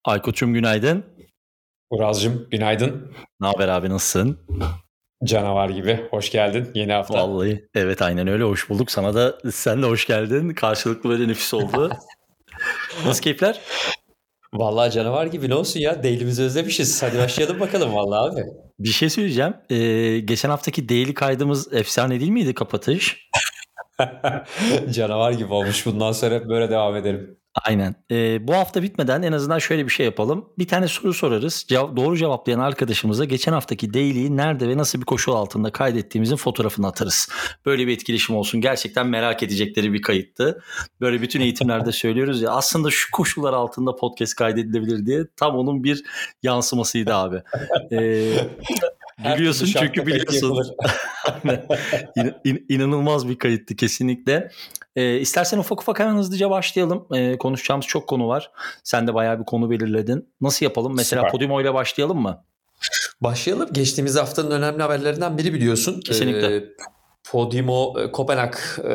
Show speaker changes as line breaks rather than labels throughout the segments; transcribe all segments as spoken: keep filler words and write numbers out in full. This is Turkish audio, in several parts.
Aykut'cum günaydın.
Uraz'cığım günaydın.
Ne haber abi, nasılsın?
Canavar gibi. Hoş geldin yeni hafta.
Vallahi evet, aynen öyle, hoş bulduk. Sana da, sen de hoş geldin. Karşılıklı böyle nefis oldu. Nasıl keyifler?
Vallahi canavar gibi, ne olsun ya. Daily'mizi özlemişiz. Hadi başlayalım bakalım vallahi abi.
Bir şey söyleyeceğim. Ee, geçen haftaki daily kaydımız efsane değil miydi, kapatış?
Canavar gibi olmuş. Bundan sonra hep böyle devam edelim.
Aynen. Ee, bu hafta bitmeden en azından şöyle bir şey yapalım. Bir tane soru sorarız. Cev- doğru cevaplayan arkadaşımıza geçen haftaki daily'yi nerede ve nasıl bir koşul altında kaydettiğimizin fotoğrafını atarız. Böyle bir etkileşim olsun. Gerçekten merak edecekleri bir kayıttı. Böyle bütün eğitimlerde söylüyoruz ya, aslında şu koşullar altında podcast kaydedilebilir diye. Tam onun bir yansımasıydı abi. Ee, Gülüyorsun çünkü biliyorsun. İn, in, inanılmaz bir kayıttı kesinlikle. Ee, istersen ufak ufak hemen hızlıca başlayalım. Ee, konuşacağımız çok konu var. Sen de bayağı bir konu belirledin. Nasıl yapalım? Mesela
Süper.
Podimo ile başlayalım mı?
Başlayalım. Geçtiğimiz haftanın önemli haberlerinden biri biliyorsun.
Kesinlikle.
Ee, Podimo Kopenhag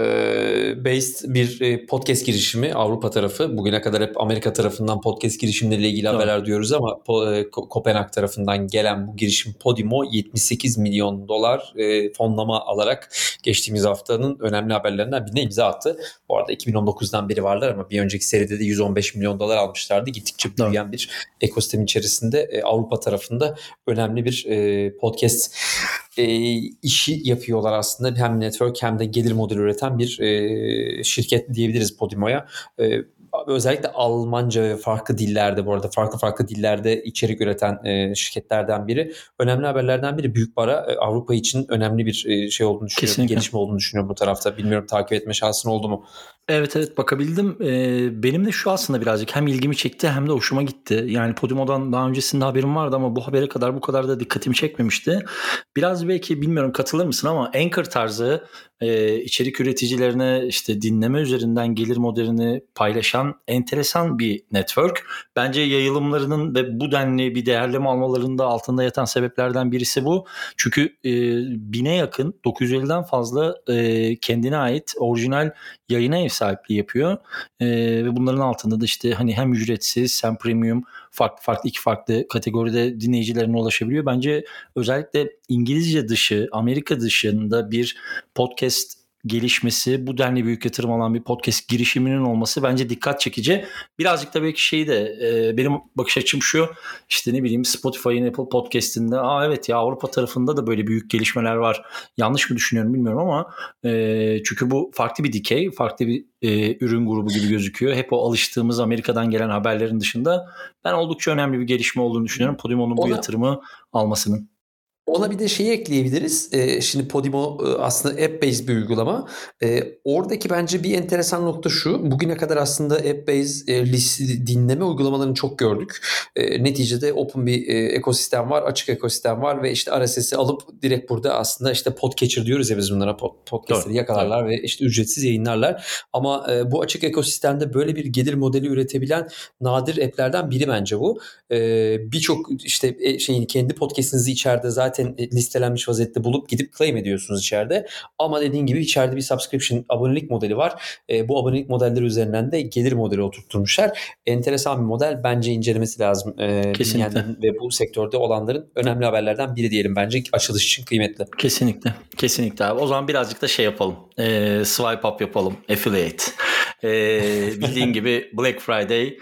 e, based bir e, podcast girişimi, Avrupa tarafı. Bugüne kadar hep Amerika tarafından podcast girişimleriyle ilgili
Doğru.
haberler diyoruz ama po, e, Kopenhag tarafından gelen bu girişim Podimo yetmiş sekiz milyon dolar e, fonlama alarak geçtiğimiz haftanın önemli haberlerinden birine imza attı. Bu arada iki bin on dokuzdan beri varlar ama bir önceki seride de yüz on beş milyon dolar almışlardı. Gittikçe büyüyen bir ekosistem içerisinde e, Avrupa tarafında önemli bir e, podcast e, işi yapıyorlar aslında. Hem network hem de gelir modeli üreten bir e, şirket diyebiliriz Podimo'ya. E, özellikle Almanca ve farklı dillerde, bu arada farklı farklı dillerde içerik üreten e, şirketlerden biri. Önemli haberlerden biri. Büyük para e, Avrupa için önemli bir e, şey olduğunu düşünüyorum.
Kesinlikle.
Gelişme olduğunu düşünüyorum bu tarafta. Bilmiyorum, takip etme şansın oldu mu?
Evet evet, bakabildim. Ee, benim de şu aslında birazcık hem ilgimi çekti hem de hoşuma gitti. Yani Podimo'dan daha öncesinde haberim vardı ama bu habere kadar bu kadar da dikkatimi çekmemişti. Biraz belki, bilmiyorum katılır mısın ama Anchor tarzı e, içerik üreticilerine işte dinleme üzerinden gelir modelini paylaşan enteresan bir network. Bence yayılımlarının ve bu denli bir değerleme almalarında altında yatan sebeplerden birisi bu. Çünkü e, bine yakın, dokuz yüz elliden fazla e, kendine ait orijinal yayına ev sahipliği yapıyor. Ee, ve bunların altında da işte hani hem ücretsiz hem premium farklı farklı iki farklı kategoride dinleyicilerine ulaşabiliyor. Bence özellikle İngilizce dışı, Amerika dışında bir podcast gelişmesi, bu denli büyük yatırım alan bir podcast girişiminin olması bence dikkat çekici. Birazcık da belki şey de e, benim bakış açım şu, işte ne bileyim Spotify'ın, Apple Podcast'inde aa evet ya, Avrupa tarafında da böyle büyük gelişmeler var. Yanlış mı düşünüyorum bilmiyorum ama e, çünkü bu farklı bir dikey, farklı bir e, ürün grubu gibi gözüküyor. Hep o alıştığımız Amerika'dan gelen haberlerin dışında ben oldukça önemli bir gelişme olduğunu düşünüyorum Podimo'nun bu
Ona...
yatırımı almasının.
Ona bir de şeyi ekleyebiliriz. Ee, şimdi Podimo e, aslında app-based bir uygulama. Ee, oradaki bence bir enteresan nokta şu. Bugüne kadar aslında app-based e, list, dinleme uygulamalarını çok gördük. E, neticede open bir e, ekosistem var, açık ekosistem var ve işte R S S'i alıp direkt burada aslında işte podcatcher diyoruz ya biz bunlara. Podcast'leri yakalarlar doğru. Ve işte ücretsiz yayınlarlar. Ama e, bu açık ekosistemde böyle bir gelir modeli üretebilen nadir app'lerden biri bence bu. E, Birçok işte e, şeyin kendi podcast'inizi içeride zaten listelenmiş vaziyette bulup gidip claim ediyorsunuz içeride. Ama dediğin gibi içeride bir subscription, abonelik modeli var. E, bu abonelik modelleri üzerinden de gelir modeli oturtmuşlar. Enteresan bir model. Bence incelemesi lazım. E,
Kesinlikle.
Ve bu sektörde olanların önemli haberlerden biri diyelim bence. Açılış için kıymetli.
Kesinlikle. Kesinlikle abi. O zaman birazcık da şey yapalım. E, swipe up yapalım. Affiliate. E, bildiğin gibi Black Friday.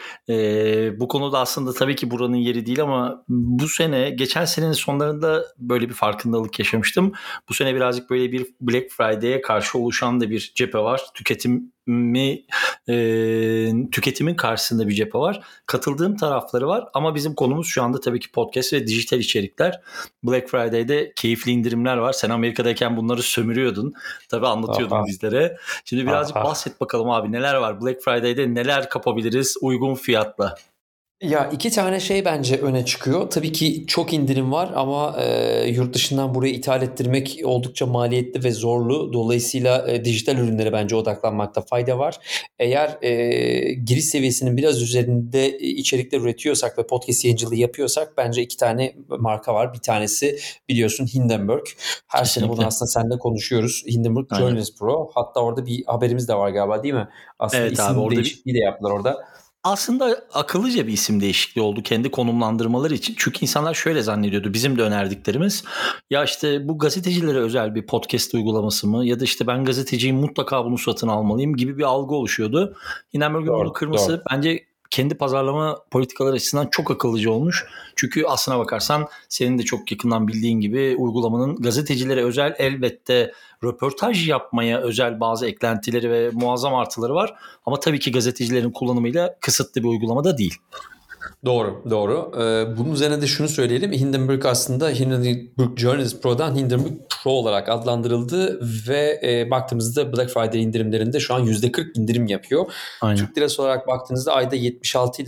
E, bu konuda aslında tabii ki buranın yeri değil ama bu sene, geçen senenin sonlarında böyle bir farkındalık yaşamıştım. Bu sene birazcık böyle bir Black Friday'e karşı oluşan da bir cephe var. Tüketim mi e, tüketimin karşısında bir cephe var. Katıldığım tarafları var ama bizim konumuz şu anda tabii ki podcast ve dijital içerikler. Black Friday'de keyifli indirimler var. Sen Amerika'dayken bunları sömürüyordun. Tabii anlatıyordun Aha. bizlere. Şimdi birazcık Aha. bahset bakalım abi, neler var? Black Friday'de neler kapabiliriz uygun fiyatla?
Ya iki tane şey bence öne çıkıyor. Tabii ki çok indirim var ama e, yurt dışından buraya ithal ettirmek oldukça maliyetli ve zorlu. Dolayısıyla e, dijital ürünlere bence odaklanmakta fayda var. Eğer e, giriş seviyesinin biraz üzerinde içerikler üretiyorsak ve podcast yayıncılığı yapıyorsak bence iki tane marka var. Bir tanesi biliyorsun Hindenburg. Her Kesinlikle. Sene bunu aslında seninle konuşuyoruz. Hindenburg Journalist Pro. Hatta orada bir haberimiz de var galiba, değil mi? Aslında
evet,
isim
abi, orada
değişikliği bir... de yaptılar orada.
Aslında akıllıca bir isim değişikliği oldu kendi konumlandırmaları için. Çünkü insanlar şöyle zannediyordu, bizim de önerdiklerimiz. Ya işte bu gazetecilere özel bir podcast uygulaması mı? Ya da işte ben gazeteciyim, mutlaka bunu satın almalıyım gibi bir algı oluşuyordu. Hindenburg'un bunu kırması doğru. Bence kendi pazarlama politikaları açısından çok akıllıca olmuş. Çünkü aslına bakarsan senin de çok yakından bildiğin gibi uygulamanın gazetecilere özel, elbette röportaj yapmaya özel bazı eklentileri ve muazzam artıları var. Ama tabii ki gazetecilerin kullanımıyla kısıtlı bir uygulamada değil.
Doğru, doğru. Ee, bunun üzerine de şunu söyleyelim. Hindenburg aslında Hindenburg Journalist Pro'dan Hindenburg Pro olarak adlandırıldı ve e, baktığımızda Black Friday indirimlerinde şu an yüzde kırk indirim yapıyor. Aynen. Türk lirası olarak baktığınızda ayda yetmiş altı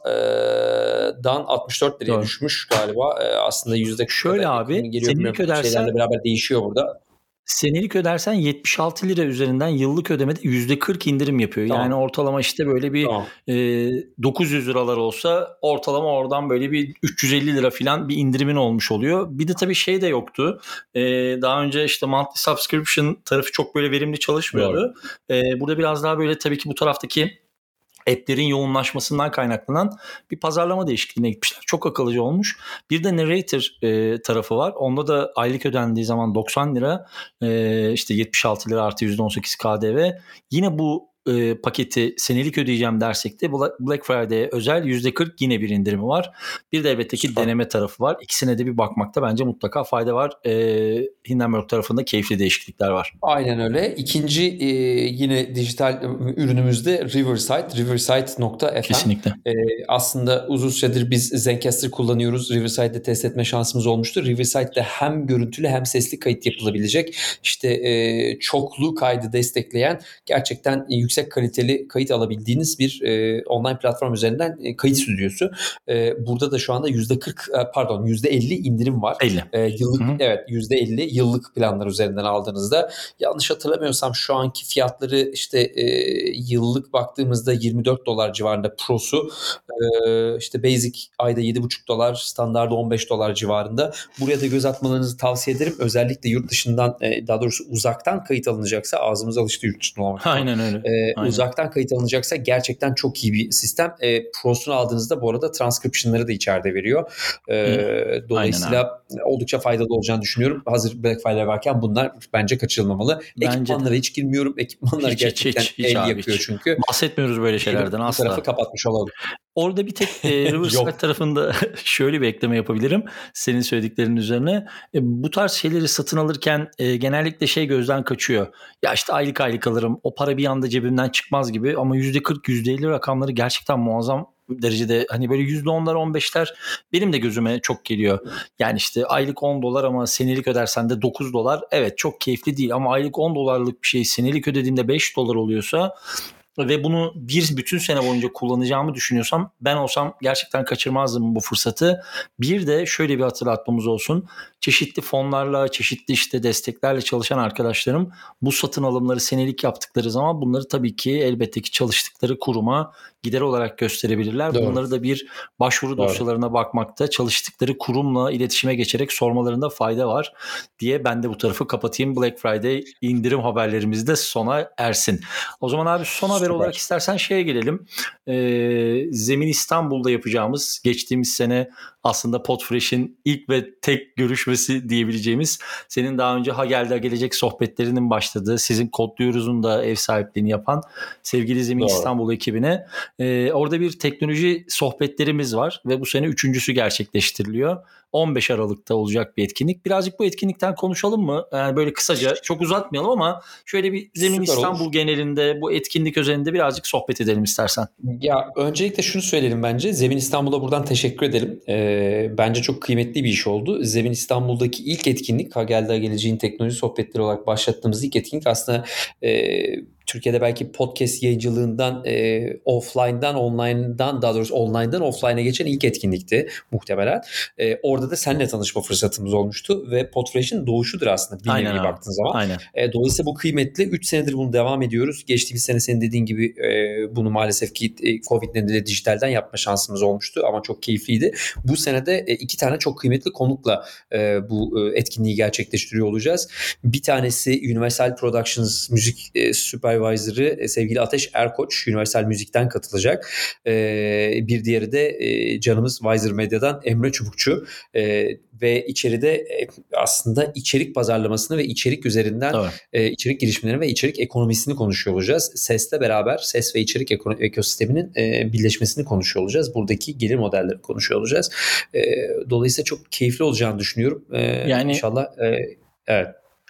liradan altmış dört liraya doğru. düşmüş galiba. E, aslında yüzde kırk
şöyle abi, senelik ödersen
şeylerle beraber değişiyor burada.
Senelik ödersen yetmiş altı lira üzerinden yıllık ödemede yüzde kırk indirim yapıyor. Tamam. Yani ortalama işte böyle bir tamam. e, dokuz yüz liralar olsa ortalama oradan böyle bir üç yüz elli lira falan bir indirimin olmuş oluyor. Bir de tabii şey de yoktu. E, daha önce işte monthly subscription tarafı çok böyle verimli çalışmıyordu. E, burada biraz daha böyle tabii ki bu taraftaki app'lerin yoğunlaşmasından kaynaklanan bir pazarlama değişikliğine gitmişler. Çok akıllıca olmuş. Bir de narrator e, tarafı var. Onda da aylık ödendiği zaman doksan lira, e, işte yetmiş altı lira artı yüzde on sekiz K D V. Yine bu e, paketi senelik ödeyeceğim dersek de Black Friday'e özel yüzde kırk yine bir indirimi var. Bir de elbette ki deneme tarafı var. İkisine de bir bakmakta bence mutlaka fayda var. E, Hindenburg tarafında keyifli değişiklikler var.
Aynen öyle. İkinci e, yine dijital ürünümüzde Riverside. Riverside nokta F M.
Kesinlikle.
E, aslında uzun süredir biz Zencastr kullanıyoruz. Riveride'de test etme şansımız olmuştu. Riveride'de hem görüntülü hem sesli kayıt yapılabilecek. İşte e, çoklu kaydı destekleyen gerçekten yüksek yüksek kaliteli kayıt alabildiğiniz bir e, online platform üzerinden e, kayıt stüdyosu. E, burada da şu anda yüzde kırk e, pardon yüzde elli indirim var.
elli
E, yıllık Hı-hı. evet yüzde elli yıllık planlar üzerinden aldığınızda, yanlış hatırlamıyorsam şu anki fiyatları işte e, yıllık baktığımızda yirmi dört dolar civarında Pro'su, e, işte Basic ayda yedi buçuk dolar, standardı on beş dolar civarında. Buraya da göz atmalarınızı tavsiye ederim. Özellikle yurt dışından e, daha doğrusu uzaktan kayıt alınacaksa, ağzımız alıştı yurt dışında olmak.
Aynen öyle.
E, Aynen. Uzaktan kayıt alınacaksa gerçekten çok iyi bir sistem. E, Pro'sunu aldığınızda bu arada transcription'ları da içeride veriyor. E, dolayısıyla oldukça faydalı olacağını düşünüyorum. Hazır Black Friday varken bunlar bence kaçırılmamalı. Bence Ekipmanlara de. hiç girmiyorum. Ekipmanlar hiç, gerçekten hiç, hiç, el hiç yapıyor hiç. çünkü.
Bahsetmiyoruz böyle şeylerden asla.
Bu tarafı kapatmış olalım.
Orada bir tek e, Riverside tarafında şöyle bir ekleme yapabilirim senin söylediklerinin üzerine. E, bu tarz şeyleri satın alırken e, genellikle şey gözden kaçıyor. Ya işte aylık aylık alırım, o para bir anda cebimden çıkmaz gibi, ama yüzde kırk yüzde elli rakamları gerçekten muazzam derecede, hani böyle yüzde onlar on beşler benim de gözüme çok geliyor. Yani işte aylık on dolar ama senelik ödersen de dokuz dolar. Evet, çok keyifli değil, ama aylık on dolarlık bir şey senelik ödediğinde beş dolar oluyorsa ve bunu bir bütün sene boyunca kullanacağımı düşünüyorsam, ben olsam gerçekten kaçırmazdım bu fırsatı. Bir de şöyle bir hatırlatmamız olsun. Çeşitli fonlarla, çeşitli işte desteklerle çalışan arkadaşlarım bu satın alımları senelik yaptıkları zaman bunları tabii ki elbette ki çalıştıkları kuruma gider olarak gösterebilirler. Doğru. Bunları da bir başvuru Doğru. dosyalarına bakmakta, çalıştıkları kurumla iletişime geçerek sormalarında fayda var diye ben de bu tarafı kapatayım. Black Friday indirim haberlerimiz de sona ersin. O zaman abi son haber olarak istersen şeye gelelim. Ee, Zemin İstanbul'da yapacağımız, geçtiğimiz sene aslında Podfresh'in ilk ve tek görüşmesi diyebileceğimiz, senin daha önce Ha Geldi Ha Gelecek sohbetlerinin başladığı, sizin Kodluyoruz'un da ev sahipliğini yapan sevgili Zemin Doğru. İstanbul ekibine e, orada bir teknoloji sohbetlerimiz var ve bu sene üçüncüsü gerçekleştiriliyor. on beş Aralık'ta olacak bir etkinlik. Birazcık bu etkinlikten konuşalım mı? Yani böyle kısaca, çok uzatmayalım ama şöyle bir Zemin Süper İstanbul olur. Genelinde bu etkinlik özelinde birazcık sohbet edelim istersen.
Ya öncelikle şunu söyleyelim bence. Zemin İstanbul'a buradan teşekkür edelim. Ee, bence çok kıymetli bir iş oldu. Zemin İstanbul'daki ilk etkinlik, Ha Geldi Ha Geleceğin teknoloji sohbetleri olarak başlattığımız ilk etkinlik aslında e, Türkiye'de belki podcast yayıncılığından e, offline'dan online'dan, daha doğrusu online'dan offline'a geçen ilk etkinlikti muhtemelen. E, orada da seninle tanışma fırsatımız olmuştu ve Podfresh'in doğuşudur aslında bir nevi baktığın zaman.
Aynen.
E, dolayısıyla bu kıymetli. üç senedir bunu devam ediyoruz. Geçtiğimiz sene senin dediğin gibi e, bunu maalesef ki e, Covid nedeniyle dijitalden yapma şansımız olmuştu ama çok keyifliydi. Bu sene de e, iki tane çok kıymetli konukla e, bu e, etkinliği gerçekleştiriyor olacağız. Bir tanesi Universal Productions müzik e, Supervisor Advisor'ı sevgili Ateş Erkoç Universal Müzik'ten katılacak. Bir diğeri de canımız Wiser Medya'dan Emre Çubukçu ve içeride aslında içerik pazarlamasını ve içerik üzerinden evet. içerik girişimlerini ve içerik ekonomisini konuşuyor olacağız. Ses'le beraber ses ve içerik ekosisteminin birleşmesini konuşuyor olacağız. Buradaki gelir modelleri konuşuyor olacağız. Dolayısıyla çok keyifli olacağını düşünüyorum. Yani İnşallah evet.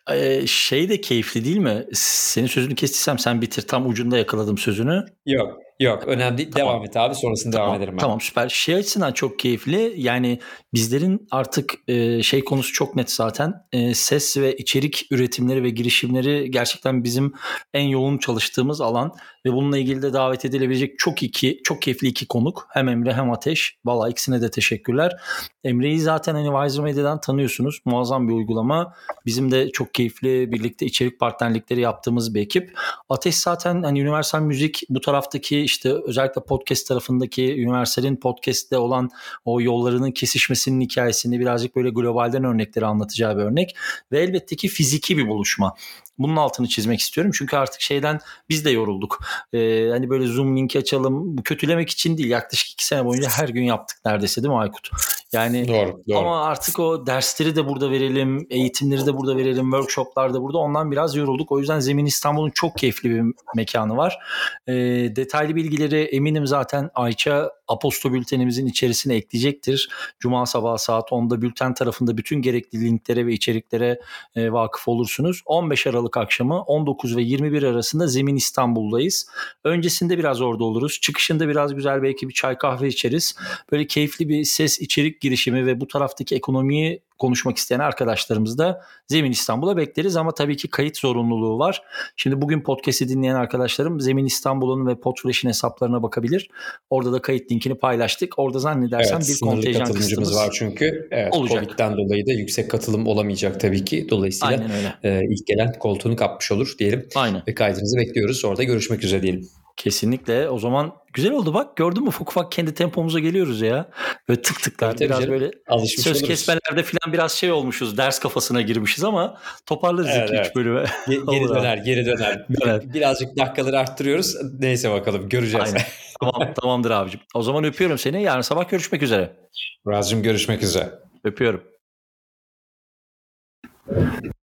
Şey de keyifli değil mi? Senin sözünü kestiysem sen bitir. Tam ucunda yakaladım sözünü.
Yok. Yok önemli değil. Tamam. Devam et abi. Sonrasında
tamam,
devam ederim ben.
Tamam süper. Şey açısından çok keyifli. Yani bizlerin artık e, şey konusu çok net zaten. E, ses ve içerik üretimleri ve girişimleri gerçekten bizim en yoğun çalıştığımız alan. Ve bununla ilgili de davet edilebilecek çok iki, çok keyifli iki konuk. Hem Emre hem Ateş. Vallahi ikisine de teşekkürler. Emre'yi zaten hani Wiser Medya'dan tanıyorsunuz. Muazzam bir uygulama. Bizim de çok keyifli birlikte içerik partnerlikleri yaptığımız bir ekip. Ateş zaten hani Universal Müzik bu taraftaki işte özellikle podcast tarafındaki Universal'in podcast'te olan o yollarının kesişmesinin hikayesini birazcık böyle globalden örnekleri anlatacağı bir örnek. Ve elbette ki fiziki bir buluşma. Bunun altını çizmek istiyorum. Çünkü artık şeyden biz de yorulduk. Ee, hani böyle Zoom linki açalım. Bu kötülemek için değil. Yaklaşık iki sene boyunca her gün yaptık neredeyse değil mi Aykut? Yani
doğru, doğru.
Ama artık o dersleri de burada verelim. Eğitimleri de burada verelim. Workshoplar da burada. Ondan biraz yorulduk. O yüzden Zemin İstanbul'un çok keyifli bir mekanı var. Ee, detaylı bilgileri eminim zaten Ayça Aposto bültenimizin içerisine ekleyecektir. Cuma sabahı saat onda bülten tarafında bütün gerekli linklere ve içeriklere e, vakıf olursunuz. on beş Aralık akşamı on dokuz ve yirmi bir arasında Zemin İstanbul'dayız. Öncesinde biraz orada oluruz. Çıkışında biraz güzel belki bir çay kahve içeriz. Böyle keyifli bir ses içerik girişimi ve bu taraftaki ekonomiyi konuşmak isteyen arkadaşlarımız da Zemin İstanbul'a bekleriz ama tabii ki kayıt zorunluluğu var. Şimdi bugün podcast'i dinleyen arkadaşlarım Zemin İstanbul'un ve Podfresh'in hesaplarına bakabilir. Orada da kayıt linkini paylaştık. Orada zannedersem
evet,
bir kontenjan katılımcımız
var çünkü. Evet, olacak. Covid'den dolayı da yüksek katılım olamayacak tabii ki. Dolayısıyla e, ilk gelen koltuğunu kapmış olur diyelim.
Aynen.
Ve kaydınızı bekliyoruz. Orada görüşmek üzere diyelim.
Kesinlikle. O zaman güzel oldu bak. Gördün mü? Ufak ufak kendi tempomuza geliyoruz ya. Böyle tık tıklar. Tabii biraz canım. Böyle alışmış söz oluruz. Kesmelerde falan biraz şey olmuşuz. Ders kafasına girmişiz ama toparlarız evet, iki üç evet. bölüme.
Ge- geri döner, geri döner. Evet. Birazcık dakikaları arttırıyoruz. Neyse bakalım göreceğiz.
Aynen. Tamam, tamamdır abicim. O zaman öpüyorum seni. Yarın sabah görüşmek üzere.
Murat'cığım görüşmek üzere.
Öpüyorum.